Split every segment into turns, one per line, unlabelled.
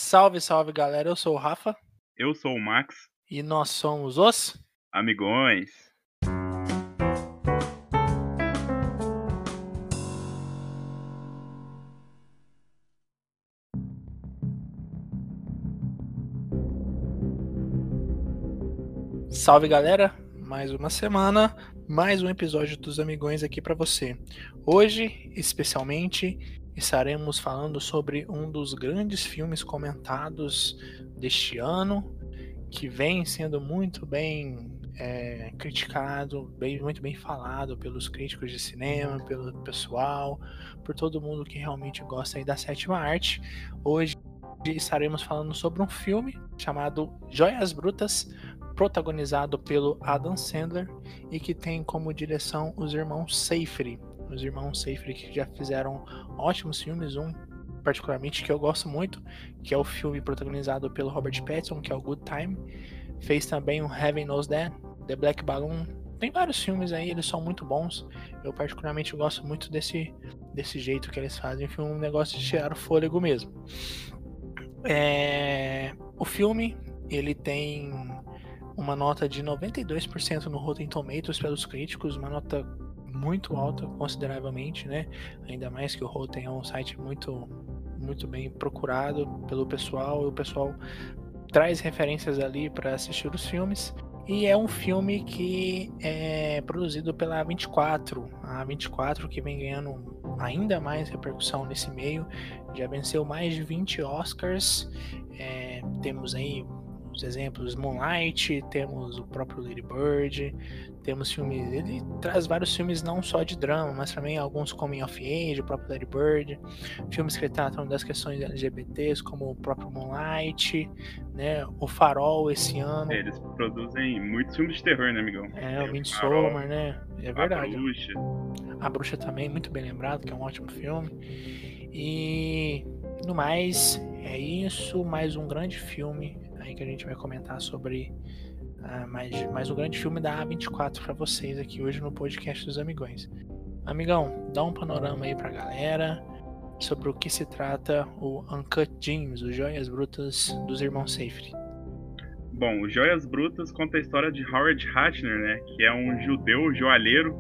Salve, salve galera, eu sou o Rafa
Eu sou o Max,
e nós somos os
amigões.
Salve galera, mais uma semana, mais um episódio dos Amigões aqui pra você. Hoje, especialmente, estaremos falando sobre um dos grandes filmes comentados deste ano, que vem sendo muito bem criticado, muito bem falado pelos críticos de cinema, pelo pessoal, por todo mundo que realmente gosta aí da sétima arte. Hoje estaremos falando sobre um filme chamado Joias Brutas, protagonizado pelo Adam Sandler e que tem como direção os irmãos Safdie. Os irmãos Safdie que já fizeram ótimos filmes, um particularmente que eu gosto muito, que é o filme protagonizado pelo Robert Pattinson, que é o Good Time. Fez também o Heaven Knows That, The Black Balloon. Tem vários filmes aí, eles são muito bons. Eu particularmente gosto muito desse jeito que eles fazem. Foi um negócio de tirar o fôlego mesmo. O filme, ele tem uma nota de 92% no Rotten Tomatoes pelos críticos, uma nota muito alta, consideravelmente, né? Ainda mais que o Rotten é um site muito bem procurado pelo pessoal, e o pessoal traz referências ali para assistir os filmes. E é um filme que é produzido pela A24, a A24 que vem ganhando ainda mais repercussão nesse meio, já venceu mais de 20 Oscars. Temos aí os exemplos Moonlight, temos o próprio Lady Bird, temos filmes, ele traz vários filmes não só de drama, mas também alguns coming of age, o próprio Lady Bird, filmes que tratam das questões LGBTs, como o próprio Moonlight, né, o Farol esse ano.
Eles produzem muitos filmes de terror, né, amigão?
O Midsommar, né? É verdade.
A Bruxa.
A Bruxa também, muito bem lembrado, que é um ótimo filme. E no mais, é isso, mais um grande filme aí que a gente vai comentar sobre mais um grande filme da A24 para vocês aqui hoje no podcast dos Amigões. Amigão, dá um panorama aí pra galera sobre o que se trata o Uncut Gems, o Joias Brutas dos Irmãos Safdie.
Bom, o Joias Brutas conta a história de Howard Ratner, né, que é um judeu joalheiro,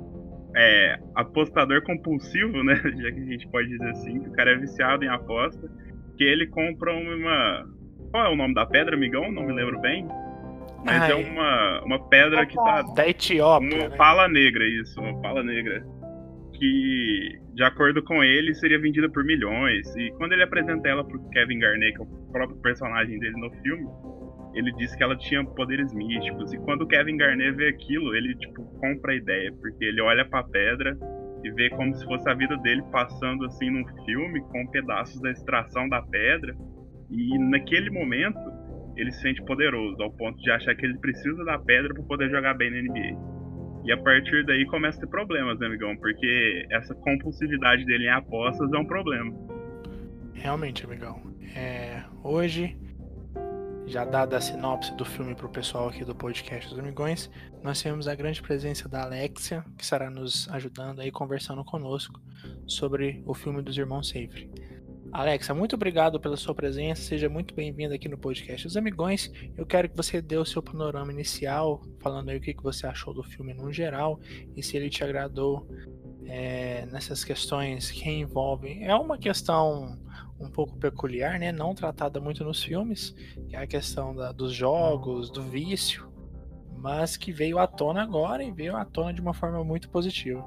apostador compulsivo, né, já que a gente pode dizer assim, que o cara é viciado em aposta, que ele compra uma... Qual é o nome da pedra, amigão? Não me lembro bem. Mas é uma pedra que tá...
Da Etiópia,
uma pala negra, isso, uma pala negra. Que, de acordo com ele, seria vendida por milhões. E quando ele apresenta ela pro Kevin Garnett, que é o próprio personagem dele no filme, ele disse que ela tinha poderes místicos. E quando o Kevin Garnett vê aquilo, ele, compra a ideia. Porque ele olha pra pedra e vê como se fosse a vida dele passando, assim, num filme, com pedaços da extração da pedra. E naquele momento, ele se sente poderoso, ao ponto de achar que ele precisa da pedra para poder jogar bem na NBA. E a partir daí começa a ter problemas, né, amigão? Porque essa compulsividade dele em apostas é um problema.
Realmente, amigão. Hoje, já dada a sinopse do filme pro pessoal aqui do podcast dos Amigões, nós temos a grande presença da Alexia, que estará nos ajudando aí, conversando conosco sobre o filme dos Irmãos Safdie. Alexa, muito obrigado pela sua presença, seja muito bem-vinda aqui no podcast dos Amigões. Eu quero que você dê o seu panorama inicial, falando aí o que você achou do filme no geral e se ele te agradou nessas questões que envolvem... É uma questão um pouco peculiar, né? Não tratada muito nos filmes, que é a questão dos jogos, do vício, mas que veio à tona agora e veio à tona de uma forma muito positiva.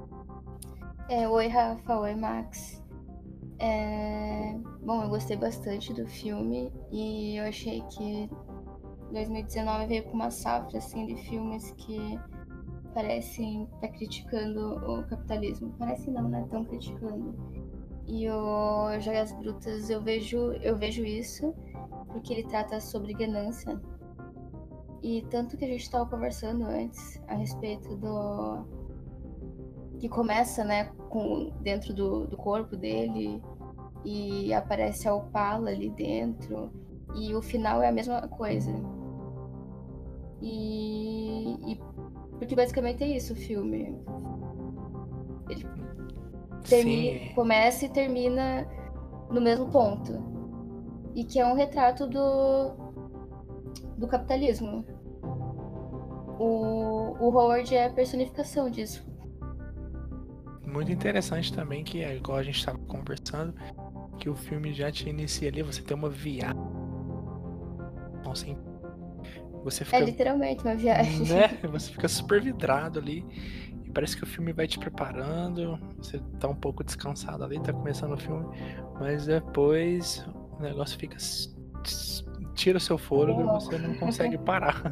Oi, Rafa. Oi, Max. Bom, eu gostei bastante do filme e eu achei que 2019 veio com uma safra assim, de filmes que parecem estar criticando o capitalismo. Parece não, né? Estão criticando. E o Joias Brutas eu vejo isso porque ele trata sobre ganância. E tanto que a gente estava conversando antes a respeito do... que começa, né, dentro do corpo dele e aparece a Opala ali dentro e o final é a mesma coisa. E porque basicamente é isso o filme. Ele começa e termina no mesmo ponto. e que é um retrato do capitalismo. O Howard é a personificação disso.
Muito interessante também que, igual a gente estava conversando, que o filme já te inicia ali, você tem uma viagem. Então, assim, você fica,
É literalmente uma viagem.
né? Você fica super vidrado ali. E parece que o filme vai te preparando. Você tá um pouco descansado ali, tá começando o filme. Mas depois o negócio fica. Tira o seu fôlego e você não consegue parar.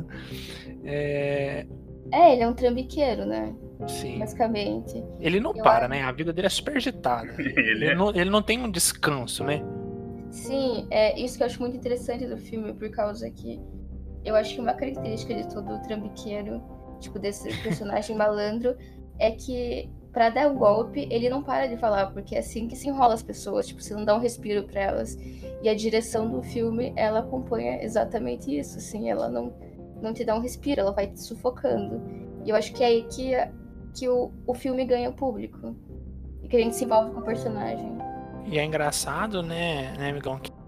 Ele é um trambiqueiro, né?
Sim.
Basicamente.
Ele não para, né? A vida dele é super agitada. Ele não tem um descanso, né?
Sim, é isso que eu acho muito interessante do filme, por causa que eu acho que uma característica de todo trambiqueiro, tipo, desse personagem malandro, é que pra dar um golpe, ele não para de falar, porque é assim que se enrola as pessoas, tipo, você não dá um respiro pra elas. E a direção do filme, ela acompanha exatamente isso, assim, ela não te dá um respiro, ela vai te sufocando. E eu acho que é aí que o filme ganha o público. E que a gente se envolve com o personagem.
E é engraçado, né, amigão, que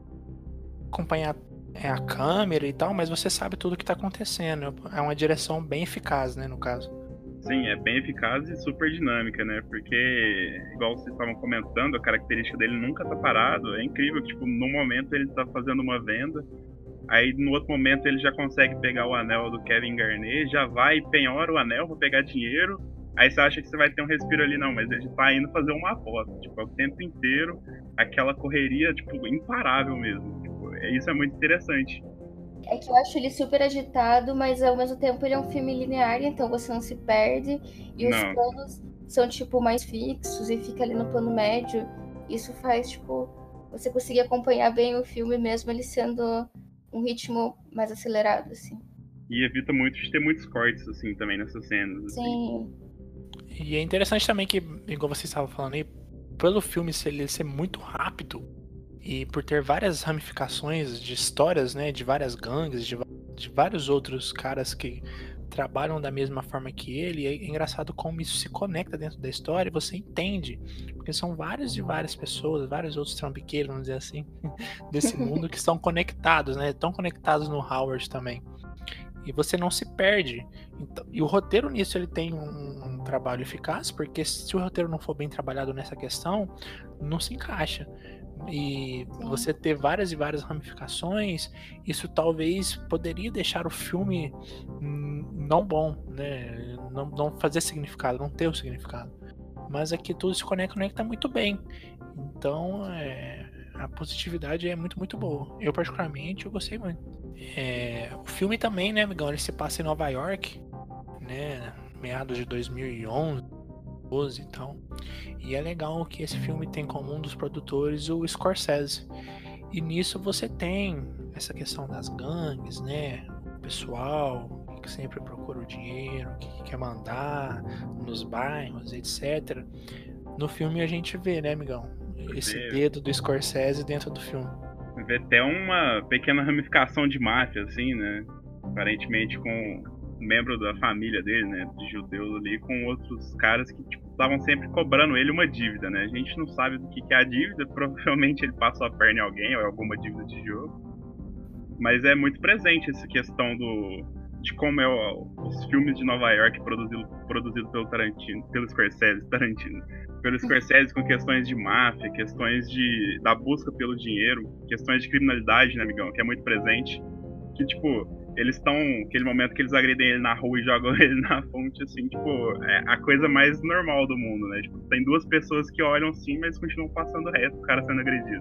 acompanhar a câmera e tal, mas você sabe tudo o que tá acontecendo. É uma direção bem eficaz, né, no caso.
Sim, é bem eficaz e super dinâmica, né? Porque, igual vocês estavam comentando, a característica dele nunca tá parado. É incrível que, tipo, no momento ele tá fazendo uma venda, aí no outro momento ele já consegue pegar o anel do Kevin Garnett, já vai e penhora o anel pra pegar dinheiro. Aí você acha que você vai ter um respiro ali, não, mas ele tá indo fazer uma aposta, tipo, é o tempo inteiro, aquela correria, tipo, imparável mesmo. Tipo, isso é muito interessante.
É que eu acho ele super agitado, mas ao mesmo tempo ele é um filme linear, então você não se perde. E os
Não.
planos são, tipo, mais fixos e fica ali no plano médio. Isso faz, tipo, você conseguir acompanhar bem o filme mesmo ele sendo um ritmo mais acelerado, assim.
E evita muito de ter muitos cortes, assim, também nessas cenas. Assim.
Sim.
E é interessante também que, igual você estava falando aí, pelo filme ele ser muito rápido e por ter várias ramificações de histórias, né, de várias gangues, de vários outros caras que trabalham da mesma forma que ele, é engraçado como isso se conecta dentro da história e você entende, porque são várias e várias pessoas, vários outros trambiqueiros, vamos dizer assim, desse mundo que estão conectados, né, estão conectados no Howard também. E você não se perde. Então, e o roteiro nisso ele tem um trabalho eficaz, porque se o roteiro não for bem trabalhado nessa questão, não se encaixa. E você ter várias e várias ramificações, isso talvez poderia deixar o filme não bom, né? Não fazer significado, não ter o significado. Mas aqui tudo se conecta muito bem. Então a positividade é muito, muito boa. Eu particularmente eu gostei muito. O filme também, né, amigão, ele se passa em Nova York, né, meados de 2011, 12 e tal. E é legal que esse filme tem como um dos produtores o Scorsese. E nisso você tem essa questão das gangues, né, o pessoal que sempre procura o dinheiro, que quer mandar nos bairros, etc. No filme a gente vê, né, amigão, esse dedo do Scorsese dentro do filme.
Vê até uma pequena ramificação de máfia, assim, né? Aparentemente com um membro da família dele, né? De judeus ali, com outros caras que, tipo, estavam sempre cobrando ele uma dívida, né? A gente não sabe do que é a dívida, provavelmente ele passou a perna em alguém ou alguma dívida de jogo. Mas é muito presente essa questão de como os filmes de Nova York produzido pelo Tarantino, pelo Scorsese, pelo Scorsese com questões de máfia, questões da busca pelo dinheiro, questões de criminalidade, né, amigão, que é muito presente. Que, tipo, eles estão, aquele momento que eles agredem ele na rua e jogam ele na fonte, assim, tipo, é a coisa mais normal do mundo, né? Tipo, tem duas pessoas que olham sim, mas continuam passando reto, o cara sendo agredido.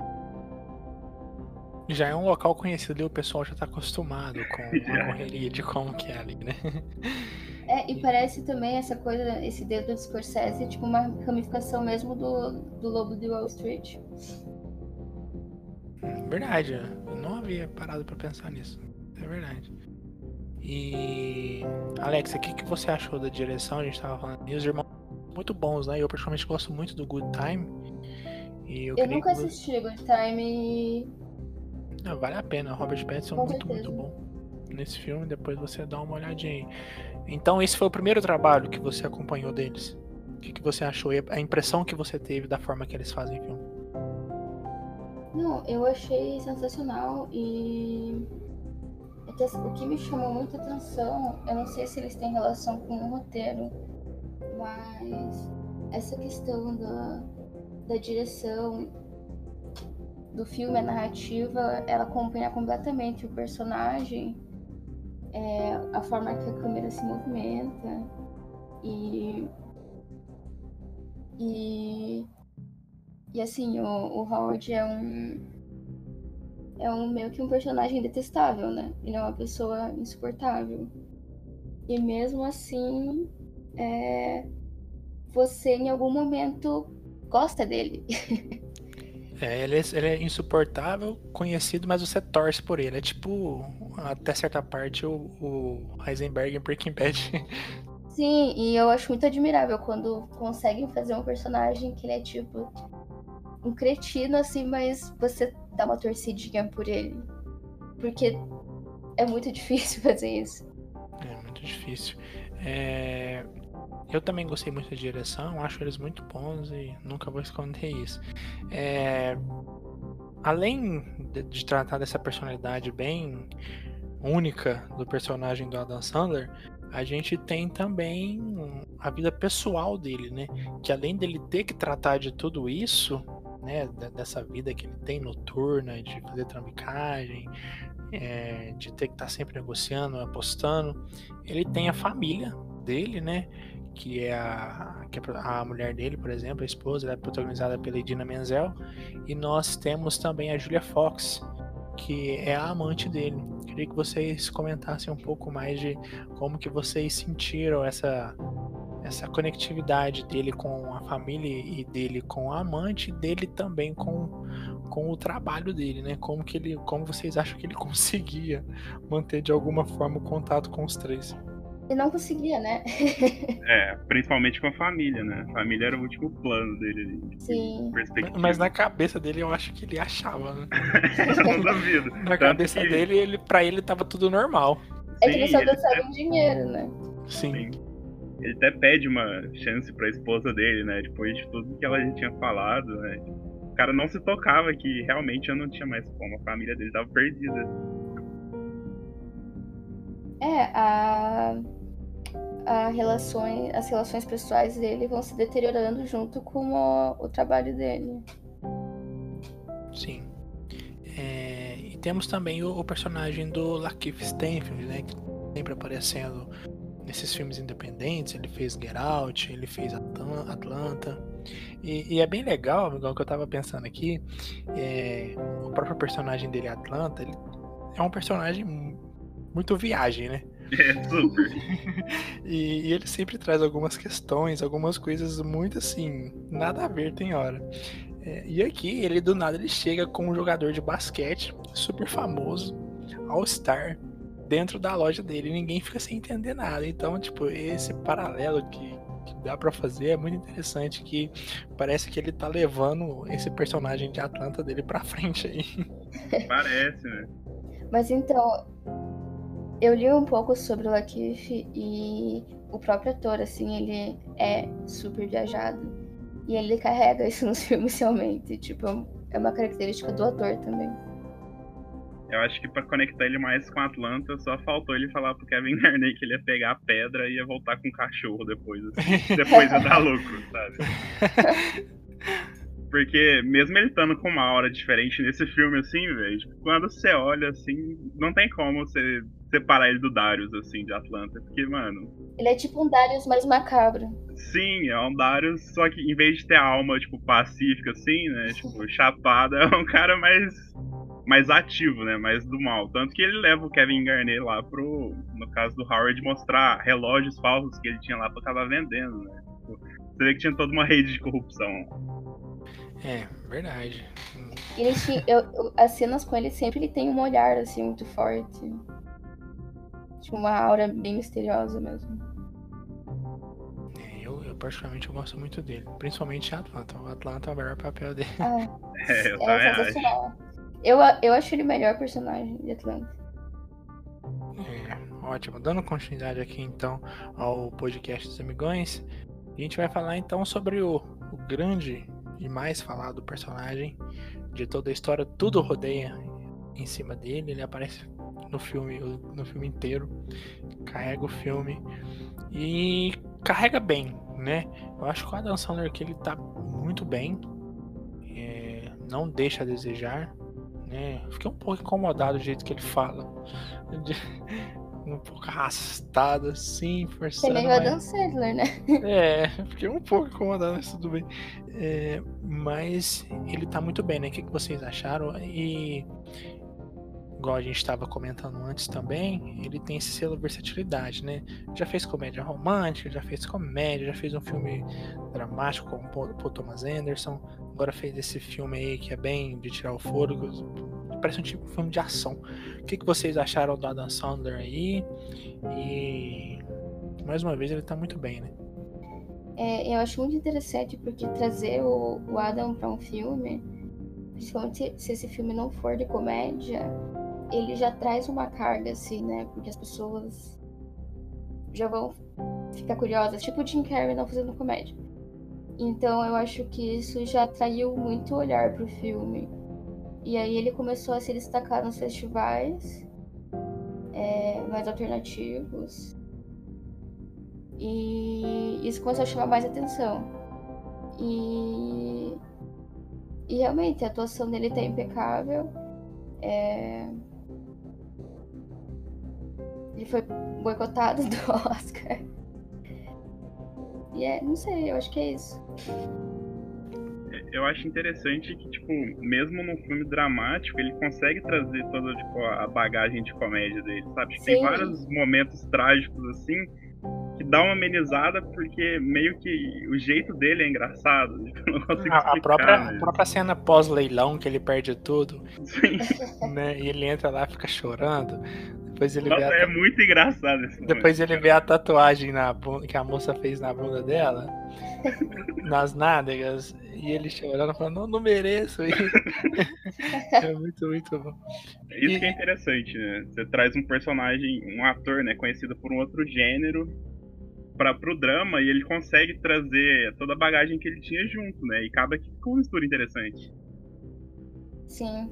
Já é um local conhecido e o pessoal já tá acostumado com a correria de como que é ali, né?
E parece também essa coisa, esse dedo do Scorsese, tipo uma ramificação mesmo do Lobo de Wall Street.
Verdade, eu não havia parado pra pensar nisso. É verdade. E Alex, o que você achou da direção? A gente tava falando, e os irmãos muito bons, né? Eu particularmente gosto muito do Good Time. E eu
nunca assisti Good Time.
Não, vale a pena, o Robert Pattinson é muito bom nesse filme, depois você dá uma olhadinha aí. Então esse foi o primeiro trabalho que você acompanhou deles. O que você achou? A impressão que você teve da forma que eles fazem o filme?
Não, eu achei sensacional e o que me chamou muita atenção, eu não sei se eles têm relação com o roteiro, mas essa questão da direção do filme, a narrativa, ela acompanha completamente o personagem, a forma que a câmera se movimenta e assim, o Howard é meio que um personagem detestável, né? Ele é uma pessoa insuportável. E mesmo assim, você em algum momento gosta dele.
Ele é insuportável, conhecido, mas você torce por ele. É tipo, até certa parte, o Heisenberg em Breaking Bad.
Sim, e eu acho muito admirável quando conseguem fazer um personagem que ele é tipo um cretino, assim, mas você dá uma torcidinha por ele. Porque é muito difícil fazer isso.
É muito difícil. Eu também gostei muito da direção, acho eles muito bons e nunca vou esconder isso. Além de tratar dessa personalidade bem única do personagem do Adam Sandler, a gente tem também a vida pessoal dele, né? Que além dele ter que tratar de tudo isso, né? Dessa vida que ele tem noturna, de fazer trambicagem, de ter que estar sempre negociando, apostando, ele tem a família dele, né? Que é a mulher dele, por exemplo, a esposa, ela é protagonizada pela Idina Menzel, e nós temos também a Julia Fox, que é a amante dele. Queria que vocês comentassem um pouco mais de como que vocês sentiram essa conectividade dele com a família e dele com a amante, e dele também com o trabalho dele, né? Como vocês acham que ele conseguia manter de alguma forma o contato com os três?
E não conseguia, né?
Principalmente com a família, né? A família era o último plano dele ali.
Sim.
Mas na cabeça dele eu acho que ele achava, né?
Não duvido.
Na cabeça dele, pra ele tava tudo normal.
É que ele só pensava em dinheiro, né?
Sim.
Ele até pede uma chance pra esposa dele, né? Depois de tudo que ela já tinha falado, né? O cara não se tocava que realmente eu não tinha mais como. A família dele tava perdida.
As relações pessoais dele vão se deteriorando junto com o trabalho dele.
Sim. E temos também o personagem do Lakeith Stanfield, né? Que sempre aparecendo nesses filmes independentes. Ele fez Get Out, ele fez Atlanta. E é bem legal, igual que eu tava pensando aqui. O próprio personagem dele, Atlanta, ele é um personagem muito viagem, né?
Super.
E ele sempre traz algumas questões, algumas coisas muito assim, nada a ver tem hora. E aqui, ele do nada, ele chega com um jogador de basquete super famoso, All-Star, dentro da loja dele, e ninguém fica sem entender nada. Então, tipo, esse paralelo que dá pra fazer é muito interessante, que parece que ele tá levando esse personagem de Atlanta dele pra frente aí.
Parece, né?
Mas então, eu li um pouco sobre o Lakeith e o próprio ator, assim, ele é super viajado. E ele carrega isso nos filmes realmente. Tipo, é uma característica do ator também.
Eu acho que pra conectar ele mais com Atlanta, só faltou ele falar pro Kevin Garnett que ele ia pegar a pedra e ia voltar com o cachorro depois, assim. Depois ia dar lucro, sabe? Porque mesmo ele estando com uma aura diferente nesse filme, assim, velho, tipo, quando você olha, assim, não tem como você separar ele do Darius, assim, de Atlanta. Porque, mano...
Ele é tipo um Darius mais macabro.
Sim, é um Darius, só que em vez de ter a alma, tipo, pacífica, assim, né, tipo, chapada, é um cara mais ativo, né, mais do mal. Tanto que ele leva o Kevin Garnett lá no caso do Howard, mostrar relógios falsos que ele tinha lá pra acabar vendendo, né. Tipo, você vê que tinha toda uma rede de corrupção.
Verdade.
As cenas com ele sempre ele tem um olhar, assim, muito forte. Tipo, uma aura bem misteriosa mesmo.
Eu particularmente eu gosto muito dele, principalmente em Atlanta. O Atlanta é o melhor papel dele.
Eu também acho.
Sensacional. Eu acho ele o melhor personagem de Atlanta.
Ótimo. Dando continuidade aqui então ao podcast dos Amigões, a gente vai falar então sobre o grande e mais falar do personagem, de toda a história, tudo rodeia em cima dele, ele aparece no filme inteiro, carrega o filme e carrega bem, né? Eu acho que o Adam Sandler aqui ele tá muito bem, não deixa a desejar, né? Fiquei um pouco incomodado do jeito que ele fala, um pouco arrastado assim,
Você
forçando.
meio Adam Sandler, né?
Fiquei um pouco incomodado, mas tudo bem. Mas ele tá muito bem, né? O que vocês acharam? E igual a gente estava comentando antes também, ele tem esse selo versatilidade, né? Já fez comédia romântica, já fez comédia, já fez um filme dramático com o Paul Thomas Anderson, agora fez esse filme aí que é bem de tirar o fôlego, parece um tipo de filme de ação. O que vocês acharam do Adam Sandler aí? E mais uma vez ele tá muito bem, né?
Eu acho muito interessante porque trazer o Adam para um filme, principalmente se esse filme não for de comédia, ele já traz uma carga, assim, né? Porque as pessoas já vão ficar curiosas, tipo o Jim Carrey não fazendo comédia. Então eu acho que isso já atraiu muito olhar pro filme. E aí ele começou a se destacar nos festivais mais alternativos. E isso começou a chamar mais atenção. E realmente a atuação dele tá impecável. Ele foi boicotado do Oscar. E não sei, eu acho que é isso.
Eu acho interessante que, tipo, mesmo num filme dramático, ele consegue trazer toda, tipo, a bagagem de comédia dele, sabe? Tem vários momentos trágicos, assim, que dá uma amenizada, porque meio que o jeito dele é engraçado. Tipo, não consigo explicar.
A própria cena pós-leilão, que ele perde tudo.
Sim.
Né? E ele entra lá e fica chorando. Depois ele
é muito engraçado esse
Depois ele vê a tatuagem na bunda, que a moça fez na bunda dela, nas nádegas, e ele chorando, falando, não mereço. É muito, muito bom.
Isso que é interessante, né? Você traz um personagem, um ator, né, conhecido por um outro gênero, pro drama, e ele consegue trazer toda a bagagem que ele tinha junto, né? E acaba que ficou uma mistura interessante.
Sim.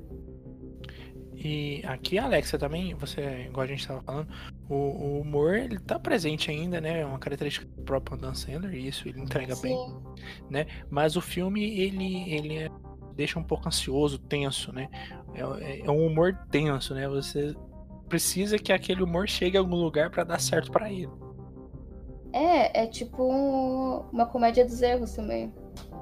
E aqui, Alexa, também, você, igual a gente estava falando, o humor, ele tá presente ainda, né? É uma característica do próprio Dan Sandler, e isso ele entrega bem, né? Mas o filme, ele deixa um pouco ansioso, tenso, né? É um humor tenso, né? Você precisa que aquele humor chegue a algum lugar para dar certo para ele.
É tipo uma comédia dos erros também.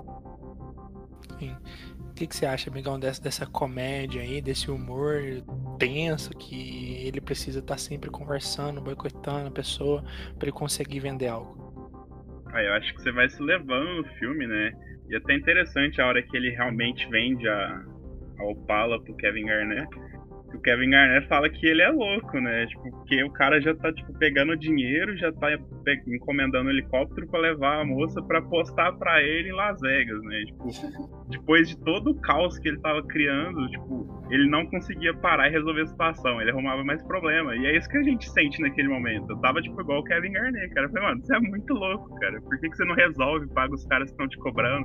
Sim. O que você acha, amigão, dessa comédia aí, desse humor tenso que ele precisa estar sempre conversando, boicotando a pessoa para ele conseguir vender algo?
Eu acho que você vai se levando no filme, né? E até interessante a hora que ele realmente vende a Opala pro Kevin Garnett. O Kevin Garnett fala que ele é louco, né? Tipo, porque o cara já tá, tipo, pegando dinheiro, já tá encomendando um helicóptero pra levar a moça pra postar pra ele em Las Vegas, né? Tipo, depois de todo o caos que ele tava criando, tipo, ele não conseguia parar e resolver a situação, ele arrumava mais problema. E é isso que a gente sente naquele momento. Eu tava, tipo, igual o Kevin Garnett, cara. Eu falei, mano, você é muito louco, cara. Por que você não resolve, paga os caras que estão te cobrando?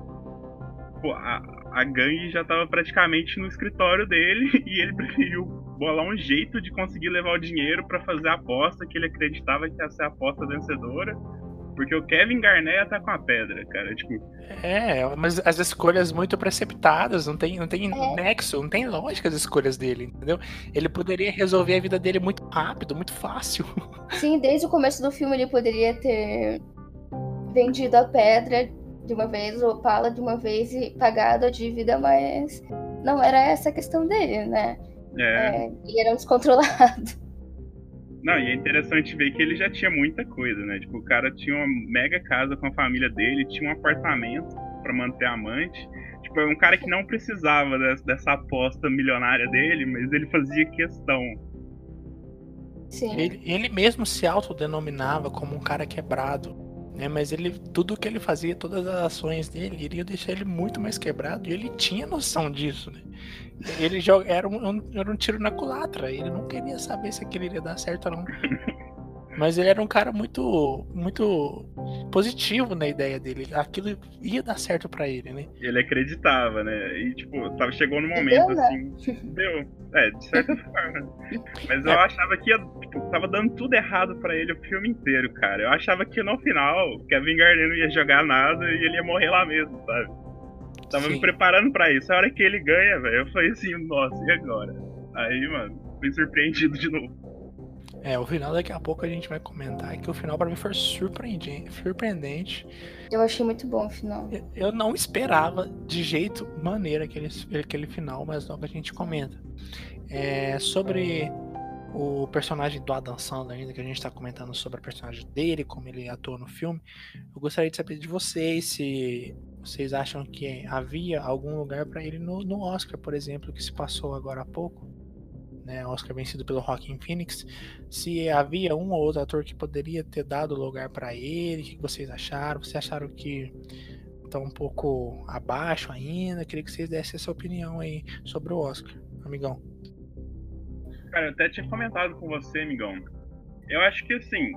Pô, a gangue já tava praticamente no escritório dele e ele preferiu bolar um jeito de conseguir levar o dinheiro pra fazer a aposta que ele acreditava que ia ser a aposta vencedora, porque o Kevin Garnett tá com a pedra, cara, tipo...
mas as escolhas muito precipitadas, não tem nexo, não tem lógica as escolhas dele, entendeu? Ele poderia resolver a vida dele muito rápido, muito fácil.
Sim, desde o começo do filme ele poderia ter vendido a pedra de uma vez, o Opala de uma vez e pagado a dívida, mas não era essa a questão dele, né? Ele era um descontrolado.
Não, e é interessante ver que ele já tinha muita coisa, né? Tipo, o cara tinha uma mega casa com a família dele, tinha um apartamento pra manter a amante. Tipo, é um cara que não precisava dessa aposta milionária dele, mas ele fazia questão.
Sim.
Ele mesmo se autodenominava como um cara quebrado. Mas tudo que ele fazia, todas as ações dele, iriam deixar ele muito mais quebrado, e ele tinha noção disso, né? Ele era um tiro na culatra, ele não queria saber se aquilo iria dar certo ou não. Mas ele era um cara muito, muito positivo na ideia dele. Aquilo ia dar certo pra ele, né?
Ele acreditava, né? E, tipo, chegou no momento,
Deu,
assim, deu. De certa forma. Mas eu achava que tava dando tudo errado pra ele o filme inteiro, cara. Eu achava que no final, Kevin Garnett não ia jogar nada e ele ia morrer lá mesmo, sabe? Tava me preparando pra isso. A hora que ele ganha, velho, eu falei assim, nossa, e agora? Aí, mano, fui surpreendido de novo.
O final daqui a pouco a gente vai comentar que o final pra mim foi surpreendente.
Eu achei muito bom o final.
Eu não esperava de jeito, maneira aquele final, mas logo a gente comenta. Sobre o personagem do Adam Sandler ainda, que a gente tá comentando sobre o personagem dele, como ele atua no filme, eu gostaria de saber de vocês se vocês acham que havia algum lugar pra ele no Oscar, por exemplo, que se passou agora há pouco, né, Oscar vencido pelo Joaquin Phoenix, se havia um ou outro ator que poderia ter dado lugar pra ele. O que vocês acharam? Vocês acharam que tá um pouco abaixo ainda? Queria que vocês dessem essa opinião aí sobre o Oscar, amigão.
Cara, eu até tinha comentado com você, amigão. Eu acho que, assim,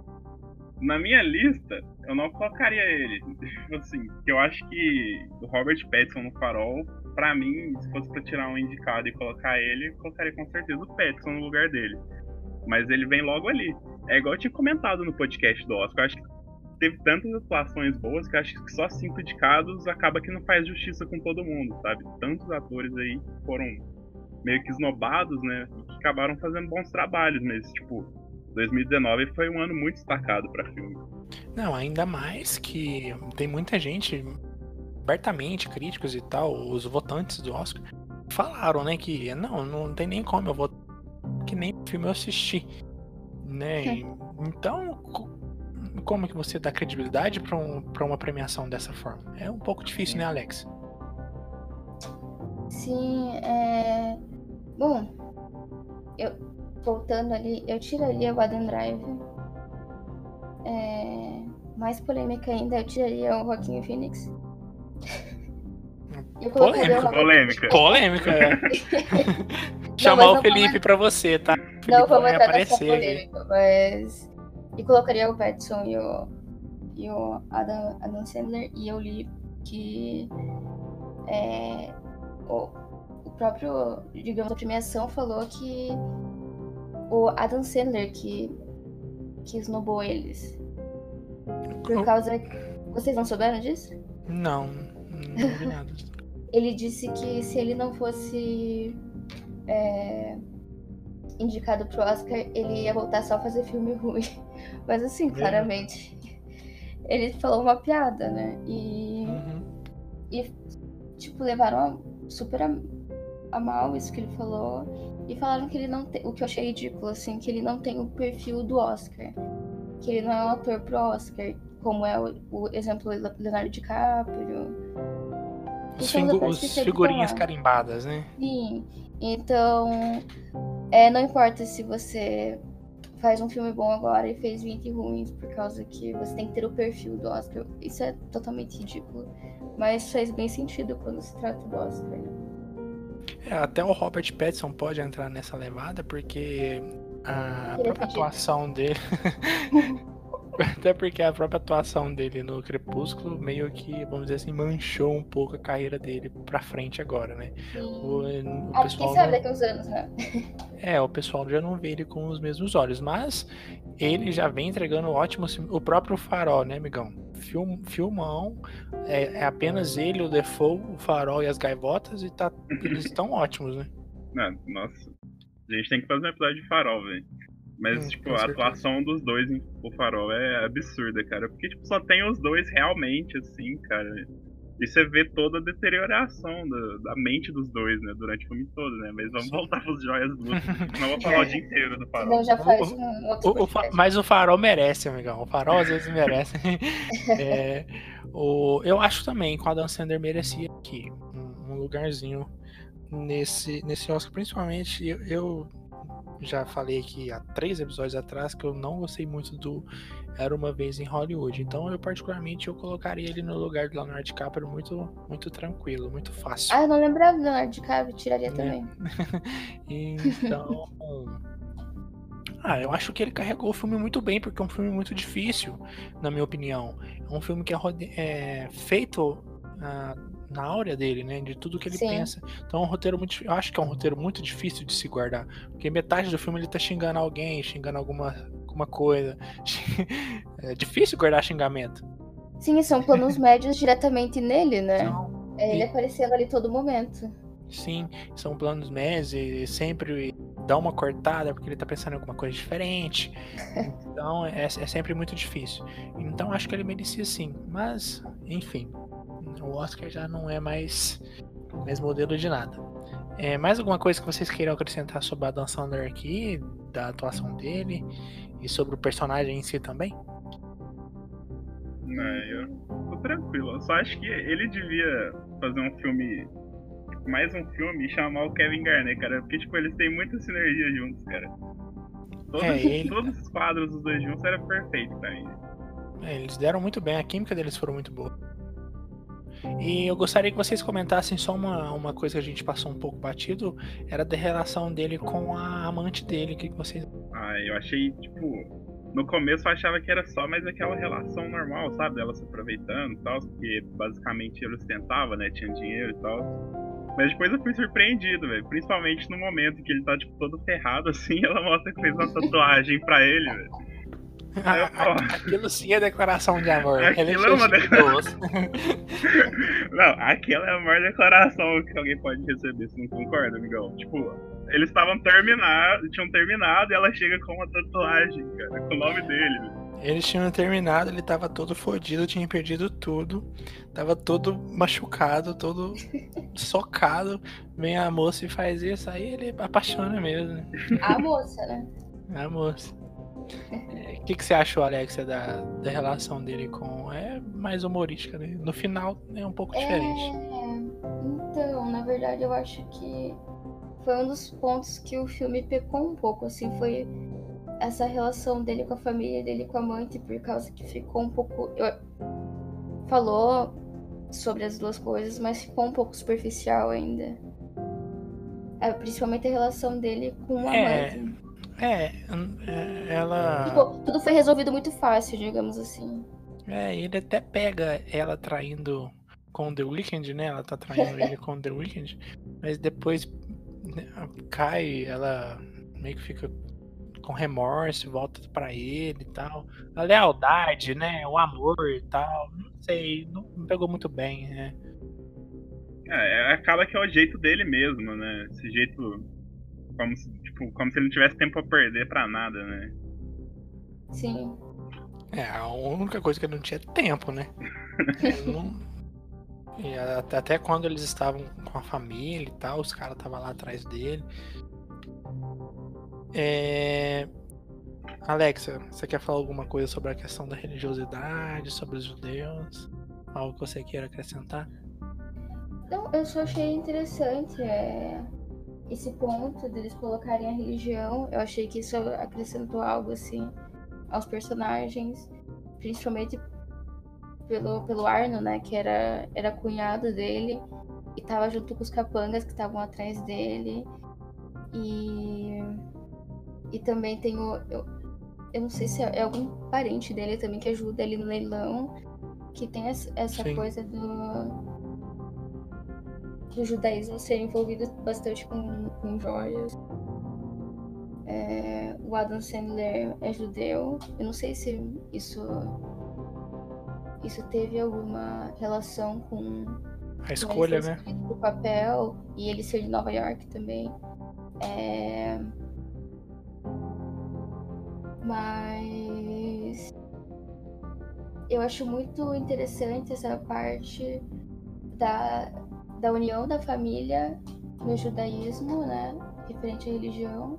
na minha lista, eu não colocaria ele. Assim, eu acho que o Robert Pattinson no Farol, pra mim, se fosse pra tirar um indicado e colocar ele, eu colocaria com certeza o Pattinson no lugar dele. Mas ele vem logo ali. É igual eu tinha comentado no podcast do Oscar. Eu acho que teve tantas atuações boas que eu acho que só 5 indicados acaba que não faz justiça com todo mundo, sabe? Tantos atores aí que foram meio que esnobados, né? E que acabaram fazendo bons trabalhos, mas, tipo, 2019 foi um ano muito destacado pra filme.
Não, ainda mais que tem muita gente, abertamente, críticos e tal, os votantes do Oscar, falaram, né, que não tem nem como eu votar, que nem filme eu assisti, né? Então, como que você dá credibilidade pra uma premiação dessa forma? É um pouco difícil, né, Alex?
Sim, bom, voltando ali, eu tiraria o Adam Driver. Mais polêmica ainda, eu tiraria o Joaquin Phoenix. Eu
Polêmica, Chamar o Felipe pra você, tá?
Não vamos entrar nessa polêmica, mas eu colocaria o Pattinson e o Adam Sandler, e eu li que o próprio, digamos, a premiação falou que o Adam Sandler que esnobou eles. Por causa... Vocês não souberam disso?
Não vi nada.
Ele disse que se ele não fosse indicado pro Oscar, ele ia voltar só a fazer filme ruim. Mas assim, claramente, ele falou uma piada, né? E tipo, levaram super a mal isso que ele falou. E falaram que ele não tem... O que eu achei ridículo, assim, que ele não tem o perfil do Oscar. Que ele não é um ator pro Oscar, como é o exemplo do Leonardo DiCaprio.
Os figurinhas carimbadas, né?
Sim. Então, não importa se você faz um filme bom agora e fez 20 ruins, por causa que você tem que ter o perfil do Oscar. Isso é totalmente ridículo. Mas faz bem sentido quando se trata do Oscar, né?
Até o Robert Pattinson pode entrar nessa levada, porque a própria atuação dele... Até porque a própria atuação dele no Crepúsculo meio que, vamos dizer assim, manchou um pouco a carreira dele pra frente agora, né?
Acho que sabe daqui a uns anos, né?
O pessoal já não vê ele com os mesmos olhos, mas ele já vem entregando ótimos... O próprio Farol, né, amigão? Filmão, é apenas ele, o Defoe, o Farol e as Gaivotas, e eles estão ótimos, né?
Nossa, a gente tem que fazer um episódio de Farol, velho. Mas, tipo, a atuação dos dois em O Farol é absurda, cara. Porque, tipo, só tem os dois realmente, assim, cara. E você vê toda a deterioração da mente dos dois, né? Durante o filme todo, né? Mas vamos voltar pros joias brutas. Senão eu vou falar o dia inteiro do Farol.
Não, já faz um outro
mas o Farol merece, amigão. O Farol às vezes merece. Eu acho também que o Adam Sandler merecia aqui um lugarzinho nesse Oscar. Principalmente, eu já falei aqui há 3 episódios atrás que eu não gostei muito do Era Uma Vez em Hollywood. Então, eu colocaria ele no lugar do Leonardo DiCaprio muito, muito tranquilo, muito fácil.
Eu não lembrava do Leonardo DiCaprio, tiraria também.
Então, Eu acho que ele carregou o filme muito bem, porque é um filme muito difícil, na minha opinião. É um filme que é feito na áurea dele, né? De tudo que ele
Sim.
pensa. Então é um roteiro muito. Eu acho que é um roteiro muito difícil de se guardar. Porque metade do filme ele tá xingando alguém, xingando alguma coisa. É difícil guardar xingamento.
Sim, são planos médios diretamente nele, né?
Então,
É ele aparecendo ali todo momento.
sim, são planos médios e sempre dá uma cortada porque ele tá pensando em alguma coisa diferente. Então é sempre muito difícil. Então acho que ele merecia sim. Mas, enfim, o Oscar já não é mais o mesmo modelo de nada. Mais alguma coisa que vocês queiram acrescentar sobre a Dan Sandler aqui, da atuação dele e sobre o personagem em si também?
Não, eu tô tranquilo. Eu só acho que ele devia fazer um filme, mais um filme, e chamar o Kevin Garnett, cara. Porque, tipo, eles têm muita sinergia juntos, cara. Todos os quadros dos dois juntos era perfeito pra mim.
Eles deram muito bem, a química deles foram muito boa. E eu gostaria que vocês comentassem só uma coisa que a gente passou um pouco batido, era da relação dele com a amante dele, o que vocês...
Eu achei, tipo, no começo eu achava que era só mais aquela relação normal, sabe? Ela se aproveitando e tal, porque basicamente ele ostentava, né? Tinha dinheiro e tal. Mas depois eu fui surpreendido, velho. Principalmente no momento que ele tá, tipo, todo ferrado, assim, ela mostra que fez uma tatuagem pra ele, velho.
Aquilo sim é declaração de amor.
Aquilo é uma declaração. Não, aquela é a maior declaração que alguém pode receber, você não concorda, amigão? Tipo, eles tinham terminado e ela chega com uma tatuagem, cara, com o nome dele.
Eles tinham terminado, ele tava todo fodido, tinha perdido tudo, tava todo machucado, todo socado. Vem a moça e faz isso, aí ele apaixona mesmo.
A moça, né?
A moça. O que você achou, Alexia, da relação dele com... É mais humorística, né? No final é um pouco diferente.
Então, na verdade, eu acho que foi um dos pontos que o filme pecou um pouco, assim, foi essa relação dele com a família, dele com a amante, por causa que ficou um pouco... Falou sobre as duas coisas, mas ficou um pouco superficial ainda. Principalmente a relação dele com o amante.
Ela...
Tipo, tudo foi resolvido muito fácil, digamos assim.
Ele até pega ela traindo com The Weeknd, né? Ela tá traindo ele com The Weeknd, mas depois cai, ela meio que fica com remorso, volta pra ele e tal. A lealdade, né? O amor e tal. Não sei, não me pegou muito bem, né?
Acaba que é o jeito dele mesmo, né? Esse jeito como se ele não tivesse tempo a perder pra nada, né?
Sim.
A única coisa que ele não tinha tempo, né? E até quando eles estavam com a família e tal, os caras estavam lá atrás dele. Alexa, você quer falar alguma coisa sobre a questão da religiosidade, sobre os judeus? Algo que você queira acrescentar?
Não, eu só achei interessante esse ponto deles colocarem a religião. Eu achei que isso acrescentou algo assim aos personagens, principalmente pelo Arno, né, que era cunhado dele e tava junto com os capangas que estavam atrás dele. E também tem eu não sei se é algum parente dele também que ajuda ele no leilão, que tem essa coisa do judaísmo ser envolvido bastante com joias. O Adam Sandler é judeu. Eu não sei se isso teve alguma relação com
a escolha, né?
Do papel e ele ser de Nova York também. Mas eu acho muito interessante essa parte da união da família no judaísmo, né, referente à religião,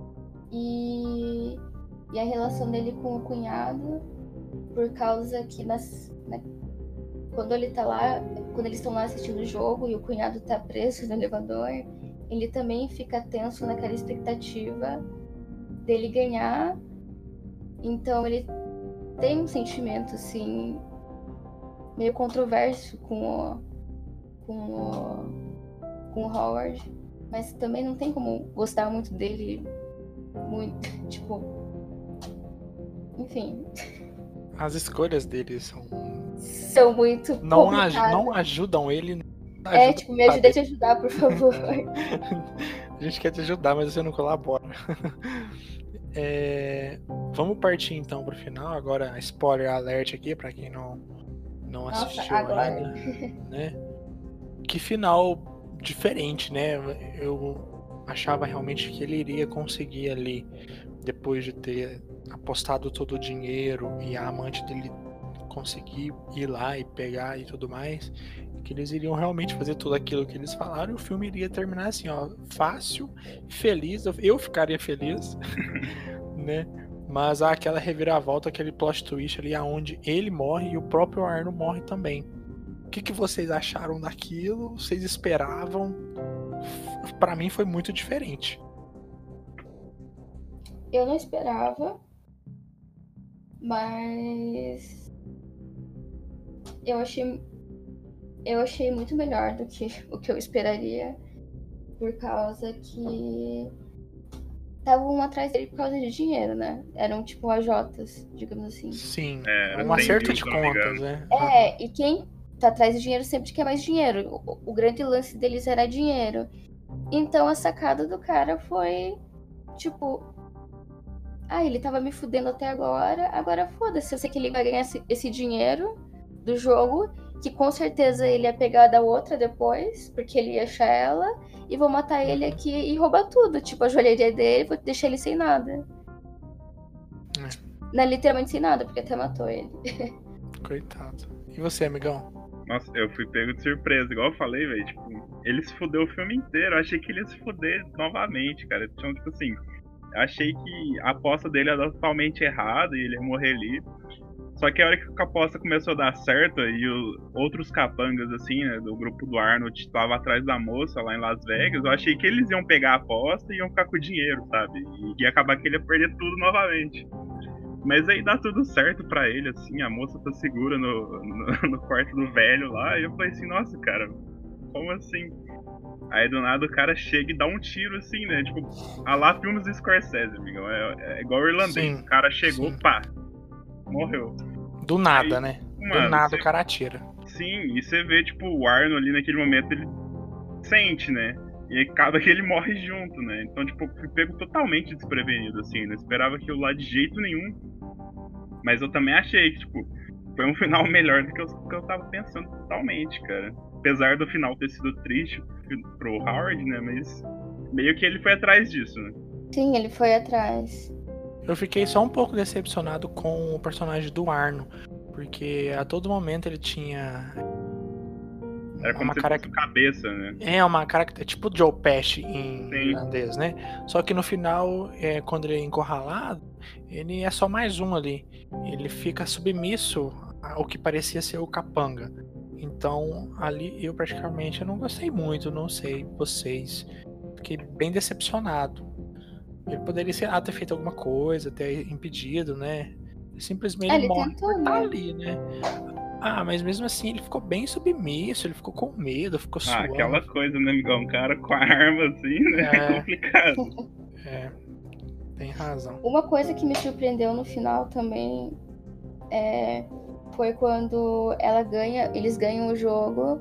e a relação dele com o cunhado, por causa que quando eles estão lá assistindo o jogo e o cunhado tá preso no elevador, ele também fica tenso naquela expectativa dele ganhar. Então ele tem um sentimento assim meio controverso com o Howard, mas também não tem como gostar muito dele muito, tipo... Enfim,
As escolhas dele
são muito
não
complicadas.
ajudam ele.
Tipo, me ajuda a te ajudar, por favor.
A gente quer te ajudar, mas você não colabora. Vamos partir então pro final. Agora, spoiler alert aqui pra quem não
Nossa,
assistiu
agora.
ainda, né? Que final diferente, né? Eu achava realmente que ele iria conseguir ali, depois de ter apostado todo o dinheiro e a amante dele conseguir ir lá e pegar e tudo mais, que eles iriam realmente fazer tudo aquilo que eles falaram e o filme iria terminar assim, ó, fácil, feliz, eu ficaria feliz, né? Mas há aquela reviravolta, aquele plot twist ali aonde ele morre e o próprio Arno morre também. O que vocês acharam daquilo? Vocês esperavam? Pra mim foi muito diferente.
Eu não esperava, mas eu achei muito melhor do que o que eu esperaria, por causa que estavam atrás dele por causa de dinheiro, né? Eram tipo AJs, digamos assim.
Sim,
Era
um acerto
100 mil,
de
se eu não me
contas,
engano.
né?
E quem tá atrás de dinheiro sempre quer mais dinheiro. O grande lance deles era dinheiro. Então a sacada do cara foi, tipo... ele tava me fudendo até agora foda-se. Eu sei que ele vai ganhar esse dinheiro do jogo, que com certeza ele ia pegar da outra depois, porque ele ia achar ela, e vou matar ele aqui e roubar tudo. Tipo, a joalheria dele, vou deixar ele sem nada. Não é literalmente sem nada, porque até matou ele.
Coitado. E você, amigão?
Nossa, eu fui pego de surpresa, igual eu falei, velho. Tipo, ele se fudeu o filme inteiro. Eu achei que ele ia se fuder novamente, cara. Então, tipo assim, eu achei que a aposta dele era totalmente errada e ele ia morrer ali. Só que a hora que a aposta começou a dar certo e os outros capangas, assim, né, do grupo do Arnold estavam atrás da moça lá em Las Vegas, eu achei que eles iam pegar a aposta e iam ficar com o dinheiro, sabe? E ia acabar que ele ia perder tudo novamente. Mas aí dá tudo certo pra ele, assim, a moça tá segura no quarto do velho lá, e eu falei assim, nossa, cara, como assim? Aí do nada o cara chega e dá um tiro assim, né? Tipo, a lá filmes do Scorsese, amigão. É igual o irlandês.
Sim,
o cara chegou,
sim.
pá, morreu.
Do nada,
Aí,
né?
mano,
Do nada o cara atira.
Sim, e você vê, tipo, o Arno ali naquele momento, ele sente, né? E acaba que ele morre junto, né? Então, tipo, fui pego totalmente desprevenido, assim. Não esperava aquilo lá de jeito nenhum. Mas eu também achei que, tipo, foi um final melhor do que eu tava pensando totalmente, cara. Apesar do final ter sido triste pro Howard, né? Mas meio que ele foi atrás disso, né?
Sim, ele foi atrás.
Eu fiquei só um pouco decepcionado com o personagem do Arno, porque a todo momento ele tinha
Era como
uma
se fosse cabeça, né?
uma característica tipo Joe Pesci em
Sim.
irlandês, né? Só que no final, quando ele é encurralado, ele é só mais um ali. Ele fica submisso ao que parecia ser o capanga. Então, ali eu praticamente não gostei muito, não sei vocês. Fiquei bem decepcionado. Ele poderia, sei lá, ter feito alguma coisa, ter impedido, né? Simplesmente
Ele
morre
tentou,
por estar
né?
ali, né? Mas mesmo assim ele ficou bem submisso, ele ficou com medo, ficou suando.
Aquela coisa, né, amigão? Um cara com a arma assim, né? É complicado.
Tem razão.
Uma coisa que me surpreendeu no final também foi quando eles ganham o jogo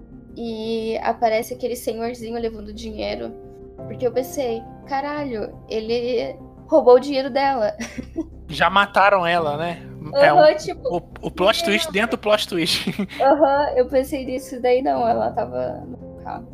e aparece aquele senhorzinho levando dinheiro. Porque eu pensei, caralho, ele roubou o dinheiro dela.
Já mataram ela, né?
Tipo,
o plot twist dentro do plot twist.
Eu pensei nisso, daí não, ela tava no carro.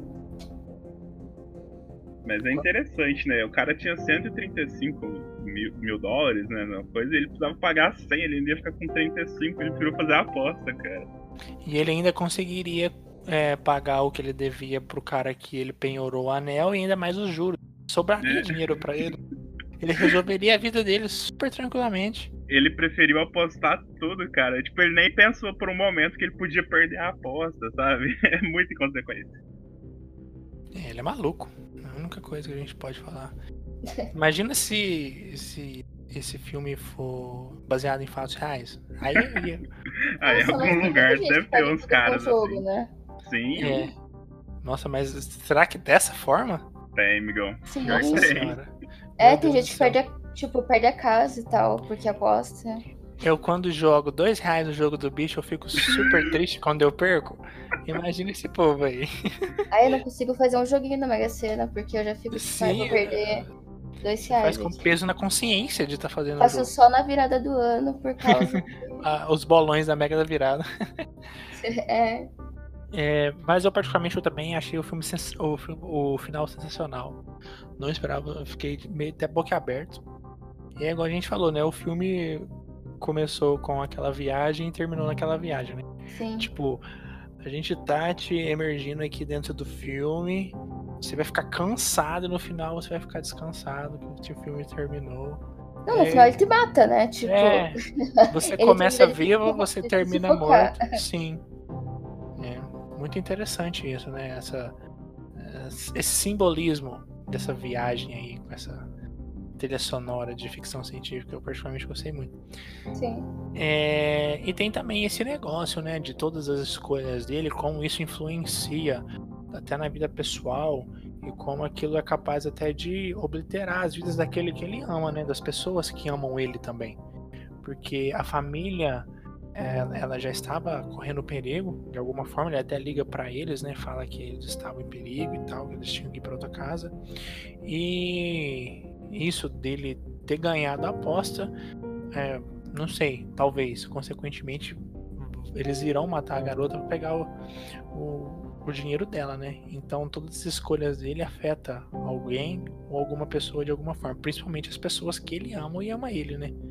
Mas é interessante, né? O cara tinha 135 mil dólares, né? Coisa, ele precisava pagar 100, ele ainda ia ficar com 35, ele preferiu fazer a aposta, cara.
E ele ainda conseguiria pagar o que ele devia pro cara que ele penhorou o anel e ainda mais os juros. Sobraria dinheiro pra ele. Ele resolveria a vida dele super tranquilamente.
Ele preferiu apostar tudo, cara. Tipo, ele nem pensou por um momento que ele podia perder a aposta, sabe? É muito inconsequente.
Ele é maluco. É a única coisa que a gente pode falar. Imagina se esse filme for baseado em fatos reais. Aí eu ia.
Aí em algum lugar deve ter uns caras
jogo,
assim.
Né?
Sim.
Nossa, mas será que dessa forma?
Tem, amigão.
Sim.
Nossa
Tem.
senhora.
É,
Meu
tem
Deus
gente
do
que
céu.
perde a casa e tal, porque aposta.
Eu, quando jogo R$ 2 no jogo do bicho, eu fico super triste quando eu perco. Imagina esse povo aí.
Aí eu não consigo fazer um joguinho na Mega Sena, porque eu já fico tipo, ai, vou
Sim,
perder
você faz
R$ 2
com
aqui.
peso na consciência de estar fazendo o
Faço
jogo.
só na virada do ano por causa.
Os bolões da Mega da Virada.
É,
Mas eu particularmente eu também achei o final sensacional. Não esperava, eu fiquei meio até boquiaberto. E é igual a gente falou, né? O filme começou com aquela viagem e terminou naquela viagem, né?
sim.
Tipo, a gente tá te emergindo aqui dentro do filme. Você vai ficar cansado e no final você vai ficar descansado que o filme terminou.
Não, no final ele te mata, né? Tipo,
É, você
ele
começa
ele tem
vivo, você
que se
termina
sufocar.
morto. Sim. É muito interessante isso, né? Esse simbolismo dessa viagem aí, com essa trilha sonora de ficção científica, eu particularmente gostei muito.
Sim.
E tem também esse negócio, né, de todas as escolhas dele, como isso influencia até na vida pessoal e como aquilo é capaz até de obliterar as vidas daquele que ele ama, né, das pessoas que amam ele também. Porque a família, ela já estava correndo perigo, de alguma forma, ele até liga para eles, né, fala que eles estavam em perigo e tal, que eles tinham que ir para outra casa. E isso dele ter ganhado a aposta, não sei, talvez, consequentemente, eles irão matar a garota para pegar o dinheiro dela, né? Então todas as escolhas dele afetam alguém ou alguma pessoa de alguma forma, principalmente as pessoas que ele ama e ama ele, né?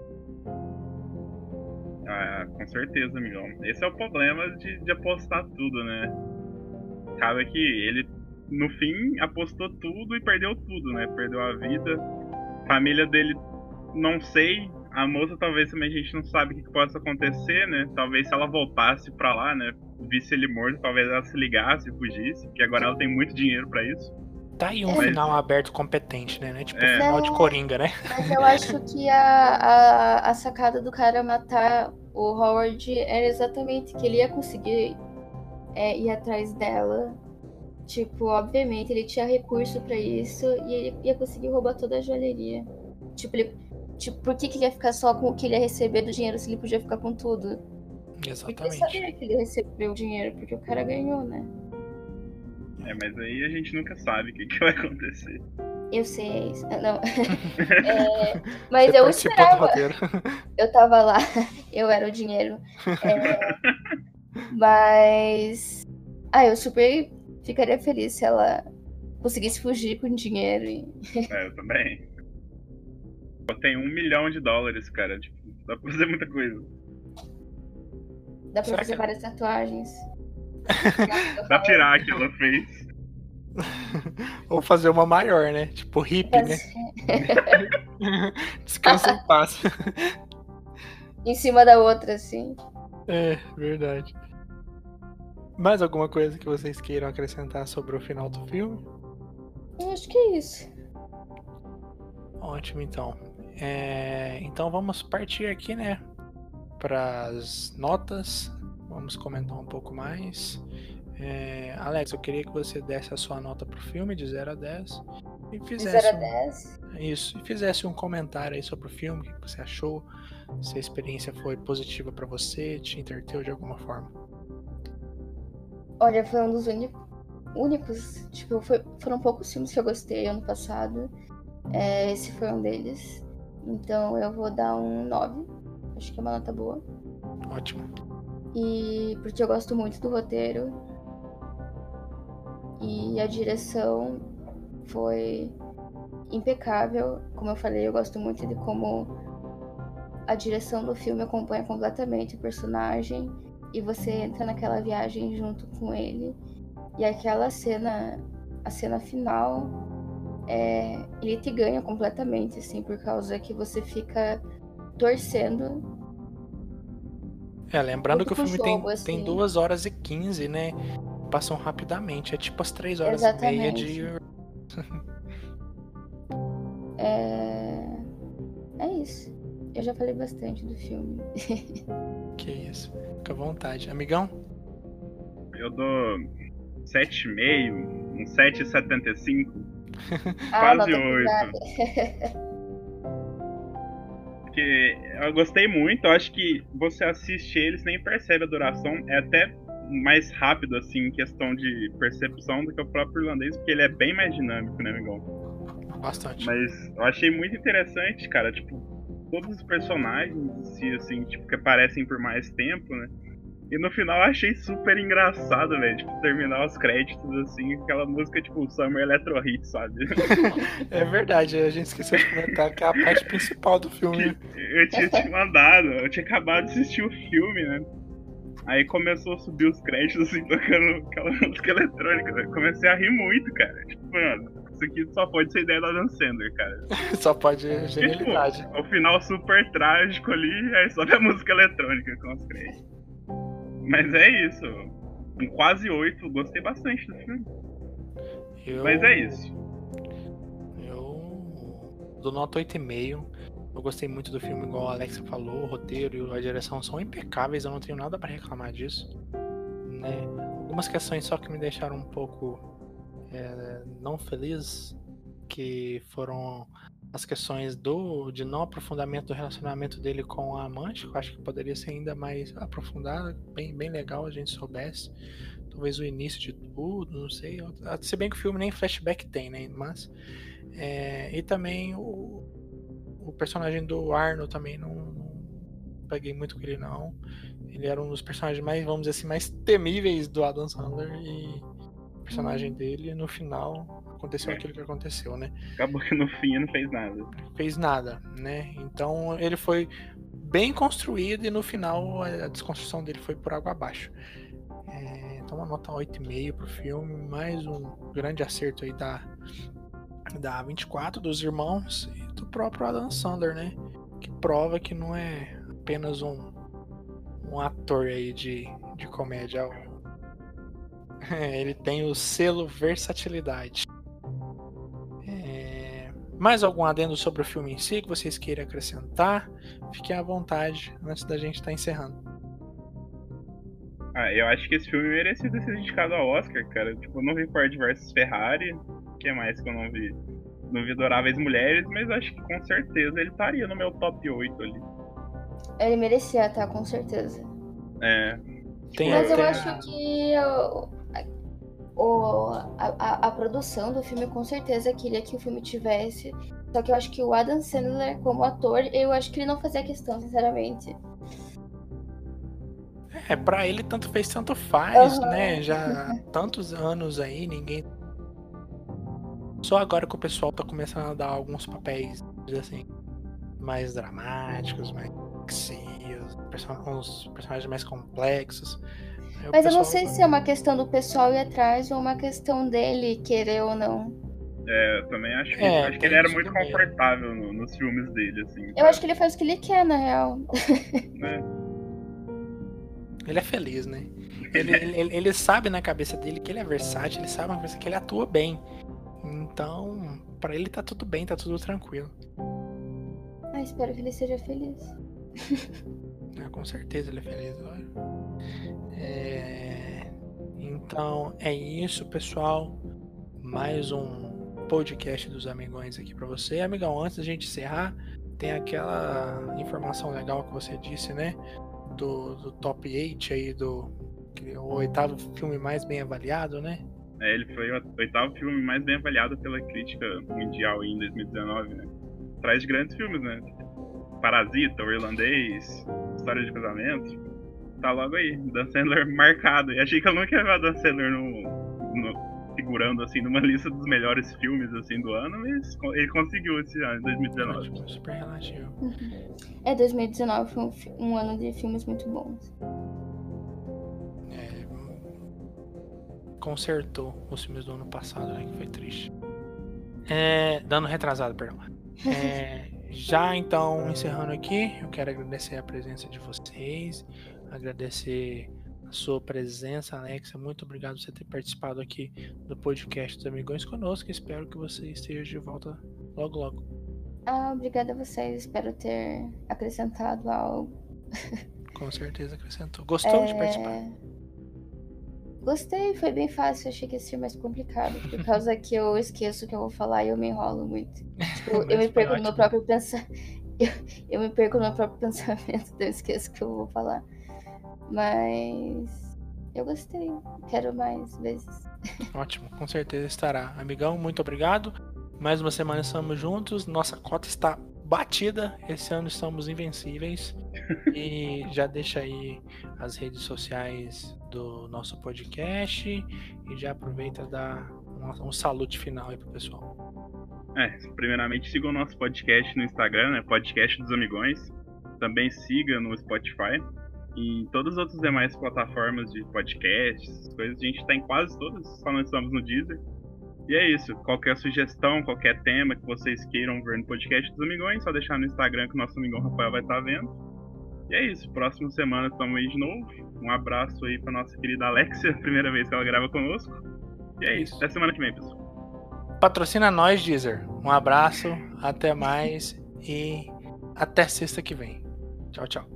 Ah, com certeza, amigão. Esse é o problema de apostar tudo, né? Acaba que ele, no fim, apostou tudo e perdeu tudo, né? Perdeu a vida. Família dele, não sei. A moça talvez também a gente não sabe o que possa acontecer, né? Talvez se ela voltasse pra lá, né? Visse ele morto, talvez ela se ligasse e fugisse, porque agora ela tem muito dinheiro pra isso.
Tá aí um
Mas-
final aberto competente, né? Tipo
É.
final de Coringa, né?
Mas eu acho que a sacada do cara matar o Howard era exatamente que ele ia conseguir ir atrás dela. Tipo, obviamente ele tinha recurso pra isso e ele ia conseguir roubar toda a joalheria. Tipo, por que ele ia ficar só com o que ele ia receber do dinheiro se ele podia ficar com tudo? Porque ele
Exatamente.
sabia que ele ia receber o dinheiro, porque o cara ganhou, né?
Mas aí a gente nunca sabe o que vai acontecer.
Eu sei isso. Não. Mas
Você
eu
participou do
esperava.
roteiro.
Eu tava lá, eu era o dinheiro. Mas. Eu super ficaria feliz se ela conseguisse fugir com dinheiro.
Eu também. Eu tenho $1 milhão, cara. Tipo, dá pra fazer muita coisa.
Dá pra
Será
fazer
que-
várias tatuagens.
Dá pra tirar que ela fez.
Ou fazer uma maior, né? Tipo hippie, né? Descansa em paz.
Em cima da outra, assim.
É, verdade. Mais alguma coisa que vocês queiram acrescentar sobre o final do filme?
Eu acho que é isso.
Ótimo, então. Então vamos partir aqui, né? Para as notas. Vamos comentar um pouco mais. Alex, eu queria que você desse a sua nota pro filme de 0 a 10 e
De
fizesse
0 a 10.
Isso, e fizesse um comentário aí sobre o filme, o que você achou, se a experiência foi positiva pra você, te entreteu de alguma forma.
Olha, foi um dos únicos. Tipo, foram poucos filmes que eu gostei ano passado. Esse foi um deles. Então eu vou dar um 9. Acho que é uma nota boa.
Ótimo.
E porque eu gosto muito do roteiro. E a direção foi impecável. Como eu falei, eu gosto muito de como a direção do filme acompanha completamente o personagem. E você entra naquela viagem junto com ele. E aquela cena, a cena final, ele te ganha completamente, assim, por causa que você fica torcendo.
Lembrando que o filme
jogo,
tem
assim.
2 horas e 15, né? Passam rapidamente, é tipo as 3 horas
Exatamente.
e meia de.
É isso. Eu já falei bastante do filme.
Que isso, fica à vontade. Amigão?
Eu dou 7,5, um 7,75. Quase
nota
8. Porque eu gostei muito, eu acho que você assiste eles nem percebe a duração, é até mais rápido, assim, em questão de percepção do que o próprio irlandês, porque ele é bem mais dinâmico, né, amigão?
Bastante.
Mas eu achei muito interessante, cara, tipo, todos os personagens em si, assim, tipo, que aparecem por mais tempo, né? E no final eu achei super engraçado, velho, tipo, terminar os créditos, assim, aquela música, tipo, Summer Electro Hit, sabe?
É verdade, a gente esqueceu de comentar que é a parte principal do filme.
Que eu tinha te mandado, eu tinha acabado de assistir o filme, né? Aí começou a subir os créditos, assim, tocando aquela música eletrônica, né? Comecei a rir muito, cara. Tipo, mano, isso aqui só pode ser ideia da Dan Sandler, cara.
Só pode
Porque,
genialidade.
tipo, o final super trágico ali, aí sobe a música eletrônica com os créditos. Mas é isso. Um quase 8, gostei bastante do filme. Mas é isso.
Eu dou nota 8,5. Eu gostei muito do filme, igual a Alexa falou, o roteiro e a direção são impecáveis, eu não tenho nada pra reclamar disso, né? Algumas questões só que me deixaram um pouco não feliz, que foram as questões de não aprofundamento do relacionamento dele com a amante, que eu acho que poderia ser ainda mais aprofundado, bem legal a gente soubesse. Talvez o início de tudo, não sei. Se bem que o filme nem flashback tem, né? Mas. E também o personagem do Arno também não peguei muito com ele, não. Ele era um dos personagens mais, vamos dizer assim, mais temíveis do Adam Sandler. E o personagem dele, no final, aconteceu aquilo que aconteceu, né?
Acabou que no fim não fez nada.
Fez nada, né? Então ele foi bem construído e no final a desconstrução dele foi por água abaixo. Então uma nota 8,5 pro filme, mais um grande acerto aí da A24, dos irmãos e do próprio Adam Sandler, né? Que prova que não é apenas um ator aí de comédia. Ele tem o selo versatilidade. Mais algum adendo sobre o filme em si que vocês queiram acrescentar? Fiquem à vontade antes da gente estar encerrando.
Eu acho que esse filme merecia ter sido indicado ao Oscar, cara. Tipo, eu não vi Ford vs Ferrari. O que mais que eu não vi? Não vi Adoráveis Mulheres, mas acho que com certeza ele estaria no meu top 8 ali.
Ele merecia, tá? Com certeza. Mas eu acho que a produção do filme com certeza queria que o filme tivesse. Só que eu acho que o Adam Sandler, como ator, eu acho que ele não fazia questão, sinceramente.
Pra ele tanto fez, tanto faz, né? Já há tantos anos aí, ninguém. Só agora que o pessoal tá começando a dar alguns papéis, assim, mais dramáticos, mais sexys, uns personagens mais complexos.
Mas eu não sei se é uma questão do pessoal ir atrás ou uma questão dele querer ou não.
Eu também acho isso. Acho que ele era muito confortável nos filmes dele, assim.
Eu acho que ele faz o que ele quer, na real.
Ele é feliz, né? Ele sabe na cabeça dele que ele é versátil, ele sabe na cabeça que ele atua bem. Então, pra ele tá tudo bem, tá tudo tranquilo.
Espero que ele seja feliz.
Com certeza ele é feliz, olha. Então, é isso, pessoal. Mais um podcast dos Amigões aqui pra você. Amigão, antes da gente encerrar, tem aquela informação legal que você disse, né? Do top 8 aí, o 8º filme mais bem avaliado, né?
Ele foi o 8º filme mais bem avaliado pela crítica mundial em 2019, né? Traz grandes filmes, né? Parasita, O Irlandês, História de Casamento. Tá logo aí, Dan Sandler marcado. E achei que eu nunca ia ver a Dan Sandler figurando assim numa lista dos melhores filmes assim do ano, mas ele conseguiu esse ano, em 2019.
Super relativo.
2019 foi um ano de filmes muito bons.
Consertou os filmes do ano passado, né? Que foi triste. Dando retrasado, perdão. Já então, encerrando aqui, eu quero agradecer a presença de vocês, agradecer a sua presença, Alexa. Muito obrigado por você ter participado aqui do podcast dos Amigões conosco. Espero que você esteja de volta logo, logo.
Obrigada a vocês. Espero ter acrescentado algo.
Com certeza acrescentou. Gostou de participar?
Gostei, foi bem fácil. Achei que ia ser mais complicado. Por causa que eu esqueço o que eu vou falar e eu me enrolo muito. Tipo, eu me perco no meu próprio pensamento. Eu me perco no meu próprio pensamento, então eu esqueço o que eu vou falar. Mas eu gostei. Quero mais vezes.
Ótimo, com certeza estará. Amigão, muito obrigado. Mais uma semana estamos juntos. Nossa cota está batida. Esse ano estamos invencíveis. E já deixa aí as redes sociais do nosso podcast. E já aproveita e dá um salute final aí pro pessoal.
Primeiramente sigam o nosso podcast no Instagram, né? Podcast dos Amigões. Também siga no Spotify. E em todas as outras demais plataformas de podcasts, coisas, a gente está em quase todas, só não estamos no Deezer. E é isso. Qualquer sugestão, qualquer tema que vocês queiram ver no podcast dos Amigões, só deixar no Instagram que o nosso amigão Rafael vai estar vendo. E é isso. Próxima semana estamos aí de novo. Um abraço aí para nossa querida Alexia, primeira vez que ela grava conosco. E é isso. Até semana que vem, pessoal.
Patrocina nós, Deezer. Um abraço, até mais e até sexta que vem. Tchau, tchau.